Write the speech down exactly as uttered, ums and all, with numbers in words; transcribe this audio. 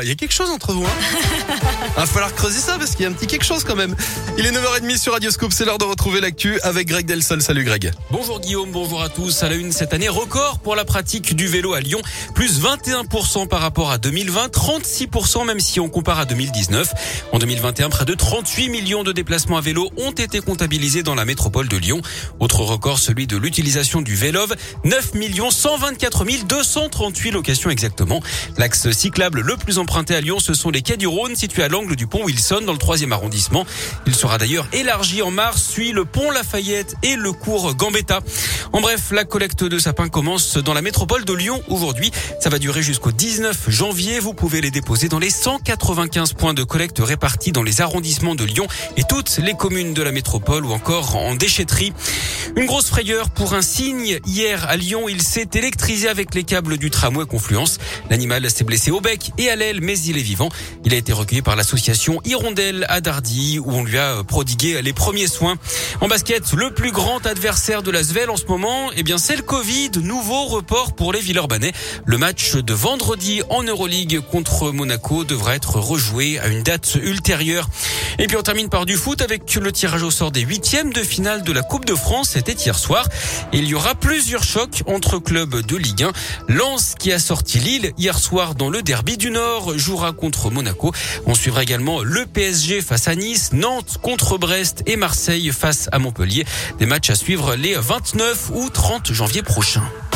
il y a quelque chose entre vous, hein. Va falloir creuser ça parce qu'il y a un petit quelque chose quand même. Il est neuf heures trente sur Radioscope, c'est l'heure de retrouver l'actu avec Greg Delsol. Salut Greg. Bonjour Guillaume, bonjour à tous. À la une cette année, record pour la pratique du vélo à Lyon, plus vingt et un pour cent par rapport à deux mille vingt, trente-six pour cent même si on compare à deux mille dix-neuf. En deux mille vingt et un, près de trente-huit millions de déplacements à vélo ont été comptabilisés dans la métropole de Lyon. Autre record, celui de l'utilisation du Vélove, neuf millions cent vingt-quatre mille deux cent trente-huit locations exactement. L'axe cyclable le plus emprunté à Lyon, ce sont les quais du Rhône situés à l'angle du pont Wilson dans le troisième arrondissement. Il sera d'ailleurs élargi en mars, suit le pont Lafayette et le cours Gambetta. En bref, la collecte de sapins commence dans la métropole de Lyon aujourd'hui. Ça va durer jusqu'au dix-neuf janvier. Vous pouvez les déposer dans les cent quatre-vingt-quinze points de collecte répartis dans les arrondissements de Lyon et toutes les communes de la métropole ou encore en déchetterie. Une grosse frayeur pour un cygne. Hier à Lyon, il s'est électrisé avec les câbles du tramway Confluence. L'animal s'est blessé au bec et à l'aile, mais il est vivant. Il a été recueilli par l'association Hirondelle à Dardy, où on lui a prodigué les premiers soins. En basket, le plus grand adversaire de l'Asvel en ce moment, eh bien, c'est le Covid. Nouveau report pour les Villeurbanais. Le match de vendredi en Euroleague contre Monaco devra être rejoué à une date ultérieure. Et puis on termine par du foot avec le tirage au sort des huitièmes de finale de la Coupe de France. C'était hier soir. Et il y aura plusieurs chocs entre clubs de Ligue un. Lens qui a sorti Lille hier soir dans le derby du Nord jouera contre Monaco. On suivra également le P S G face à Nice, Nantes contre Brest et Marseille face à Montpellier. Des matchs à suivre les vingt-neuf ou trente janvier prochains.